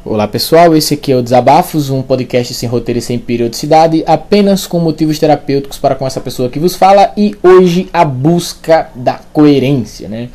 Olá pessoal, esse aqui é o Desabafos, um podcast sem roteiro e sem periodicidade, apenas com motivos terapêuticos para com essa pessoa que vos fala, e hoje a busca da coerência, né?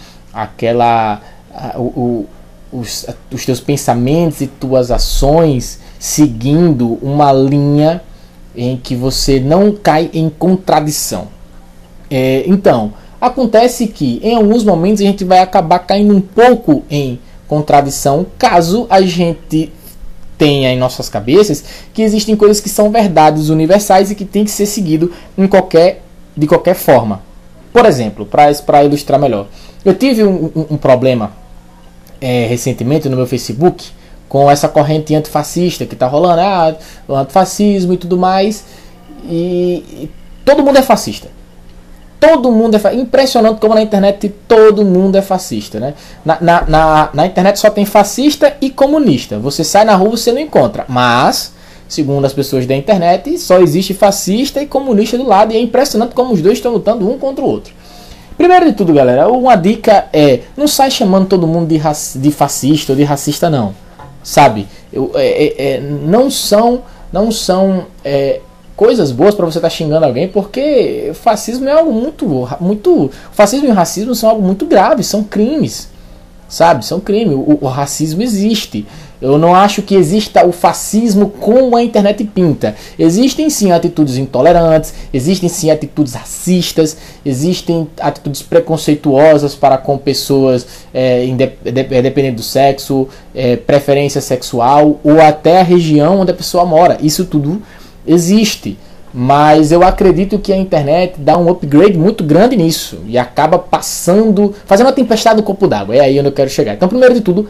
Os teus pensamentos e tuas ações seguindo uma linha em que você não cai em contradição. Então, acontece que em alguns momentos a gente vai acabar caindo um pouco em contradição, caso a gente tenha em nossas cabeças que existem coisas que são verdades universais e que tem que ser seguido de qualquer forma. Por exemplo, para ilustrar melhor, eu tive um problema recentemente no meu Facebook com essa corrente antifascista que está rolando, o antifascismo e tudo mais, e todo mundo é fascista. Todo mundo é impressionante como na internet todo mundo é fascista, né? Na internet só tem fascista e comunista. Você sai na rua, você não encontra. Mas, segundo as pessoas da internet, só existe fascista e comunista do lado. E é impressionante como os dois estão lutando um contra o outro. Primeiro de tudo, galera, uma dica é: não sai chamando todo mundo de fascista ou de racista, não. Sabe? Não são coisas boas para você estar xingando alguém, porque fascismo é algo muito. Fascismo e racismo são algo muito grave, são crimes, sabe? São crimes. O racismo existe. Eu não acho que exista o fascismo como a internet pinta. Existem sim atitudes intolerantes, existem sim atitudes racistas, existem atitudes preconceituosas para com pessoas independente do sexo, preferência sexual ou até a região onde a pessoa mora. Isso tudo existe, mas eu acredito que a internet dá um upgrade muito grande nisso e acaba fazendo uma tempestade no copo d'água. É aí onde eu quero chegar. Então, primeiro de tudo,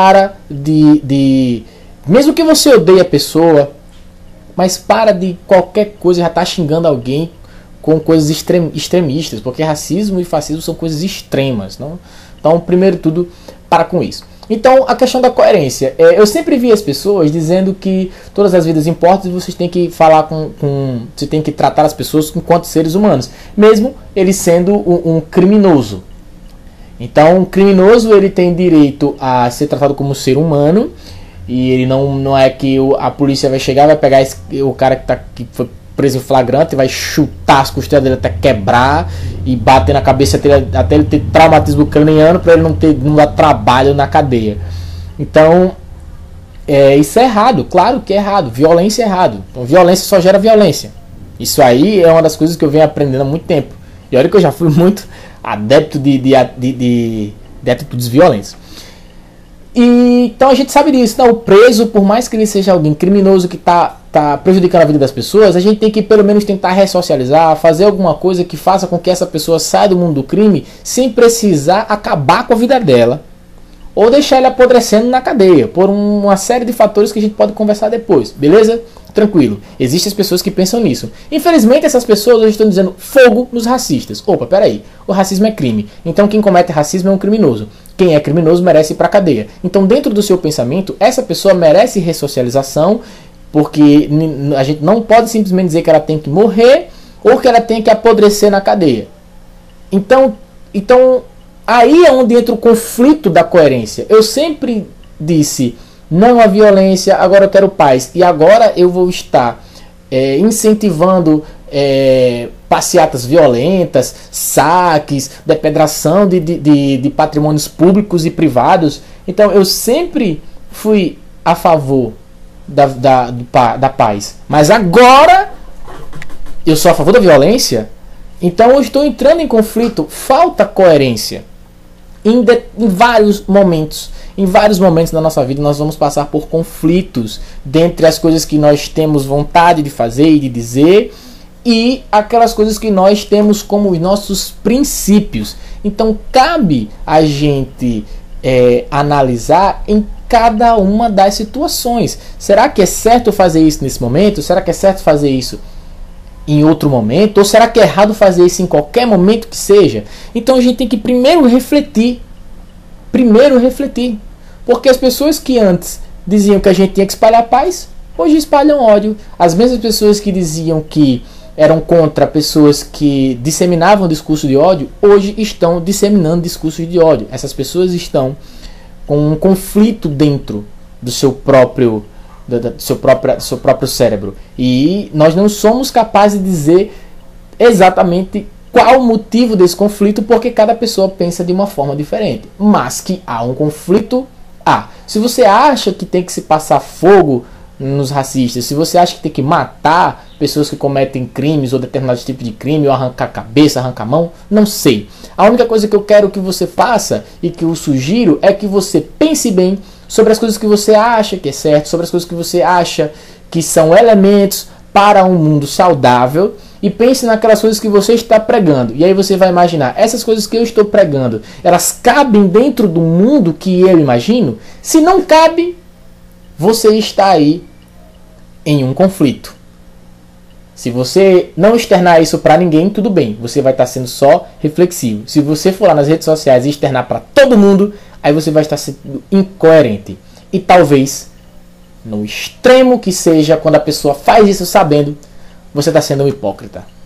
mesmo que você odeie a pessoa, mas para de qualquer coisa já estar xingando alguém com coisas extremistas, porque racismo e fascismo são coisas extremas, não? Então, primeiro de tudo, para com isso. Então, a questão da coerência. Eu sempre vi as pessoas dizendo que todas as vidas importam e você tem que falar você tem que tratar as pessoas enquanto seres humanos, mesmo ele sendo um criminoso. Então, um criminoso, ele tem direito a ser tratado como ser humano, e ele não é que a polícia vai chegar, vai pegar o cara que foi preso em flagrante e vai chutar as costelas dele até quebrar e bater na cabeça dele até ele ter traumatismo craniano, para ele não dar trabalho na cadeia. Então, isso é errado, claro que é errado. Violência é errado. Então, violência só gera violência. Isso aí é uma das coisas que eu venho aprendendo há muito tempo. E olha que eu já fui muito adepto de atitudes violentas. Então a gente sabe disso. Não, o preso, por mais que ele seja alguém criminoso que está prejudicando a vida das pessoas, a gente tem que pelo menos tentar ressocializar, fazer alguma coisa que faça com que essa pessoa saia do mundo do crime sem precisar acabar com a vida dela ou deixar ele apodrecendo na cadeia, por uma série de fatores que a gente pode conversar depois, beleza? Tranquilo. Existem as pessoas que pensam nisso. Infelizmente, essas pessoas hoje estão dizendo fogo nos racistas. Opa, peraí, o racismo é crime. Então quem comete racismo é um criminoso. Quem é criminoso merece ir para a cadeia. Então, dentro do seu pensamento, essa pessoa merece ressocialização, porque a gente não pode simplesmente dizer que ela tem que morrer ou que ela tem que apodrecer na cadeia. Então aí é onde entra o conflito da coerência. Eu sempre disse não à violência, agora eu quero paz. E agora eu vou estar incentivando passeatas violentas, saques, depredação de patrimônios públicos e privados. Então eu sempre fui a favor da paz. Mas agora eu sou a favor da violência. Então eu estou entrando em conflito. Falta coerência. Em vários momentos. Em vários momentos da nossa vida nós vamos passar por conflitos dentre as coisas que nós temos vontade de fazer e de dizer e aquelas coisas que nós temos como os nossos princípios. Então cabe a gente analisar em cada uma das situações. Será que é certo fazer isso nesse momento? Será que é certo fazer isso em outro momento? Ou será que é errado fazer isso em qualquer momento que seja? Então a gente tem que primeiro refletir. Porque as pessoas que antes diziam que a gente tinha que espalhar paz, hoje espalham ódio. As mesmas pessoas que diziam que eram contra pessoas que disseminavam discurso de ódio, hoje estão disseminando discursos de ódio. Essas pessoas estão com um conflito dentro do seu próprio do seu próprio cérebro. E nós não somos capazes de dizer exatamente qual o motivo desse conflito, porque cada pessoa pensa de uma forma diferente. Mas que há um conflito, há. Se você acha que tem que se passar fogo nos racistas, se você acha que tem que matar pessoas que cometem crimes ou determinados tipos de crime, ou arrancar a cabeça, arrancar a mão, não sei. A única coisa que eu quero que você faça e que eu sugiro é que você pense bem sobre as coisas que você acha que é certo, sobre as coisas que você acha que são elementos para um mundo saudável, e pense naquelas coisas que você está pregando. E aí você vai imaginar, essas coisas que eu estou pregando, elas cabem dentro do mundo que eu imagino? Se não cabe, você está aí em um conflito. Se você não externar isso para ninguém, tudo bem, você vai estar sendo só reflexivo. Se você for lá nas redes sociais e externar para todo mundo, aí você vai estar sendo incoerente. E talvez, no extremo que seja, quando a pessoa faz isso sabendo, você está sendo um hipócrita.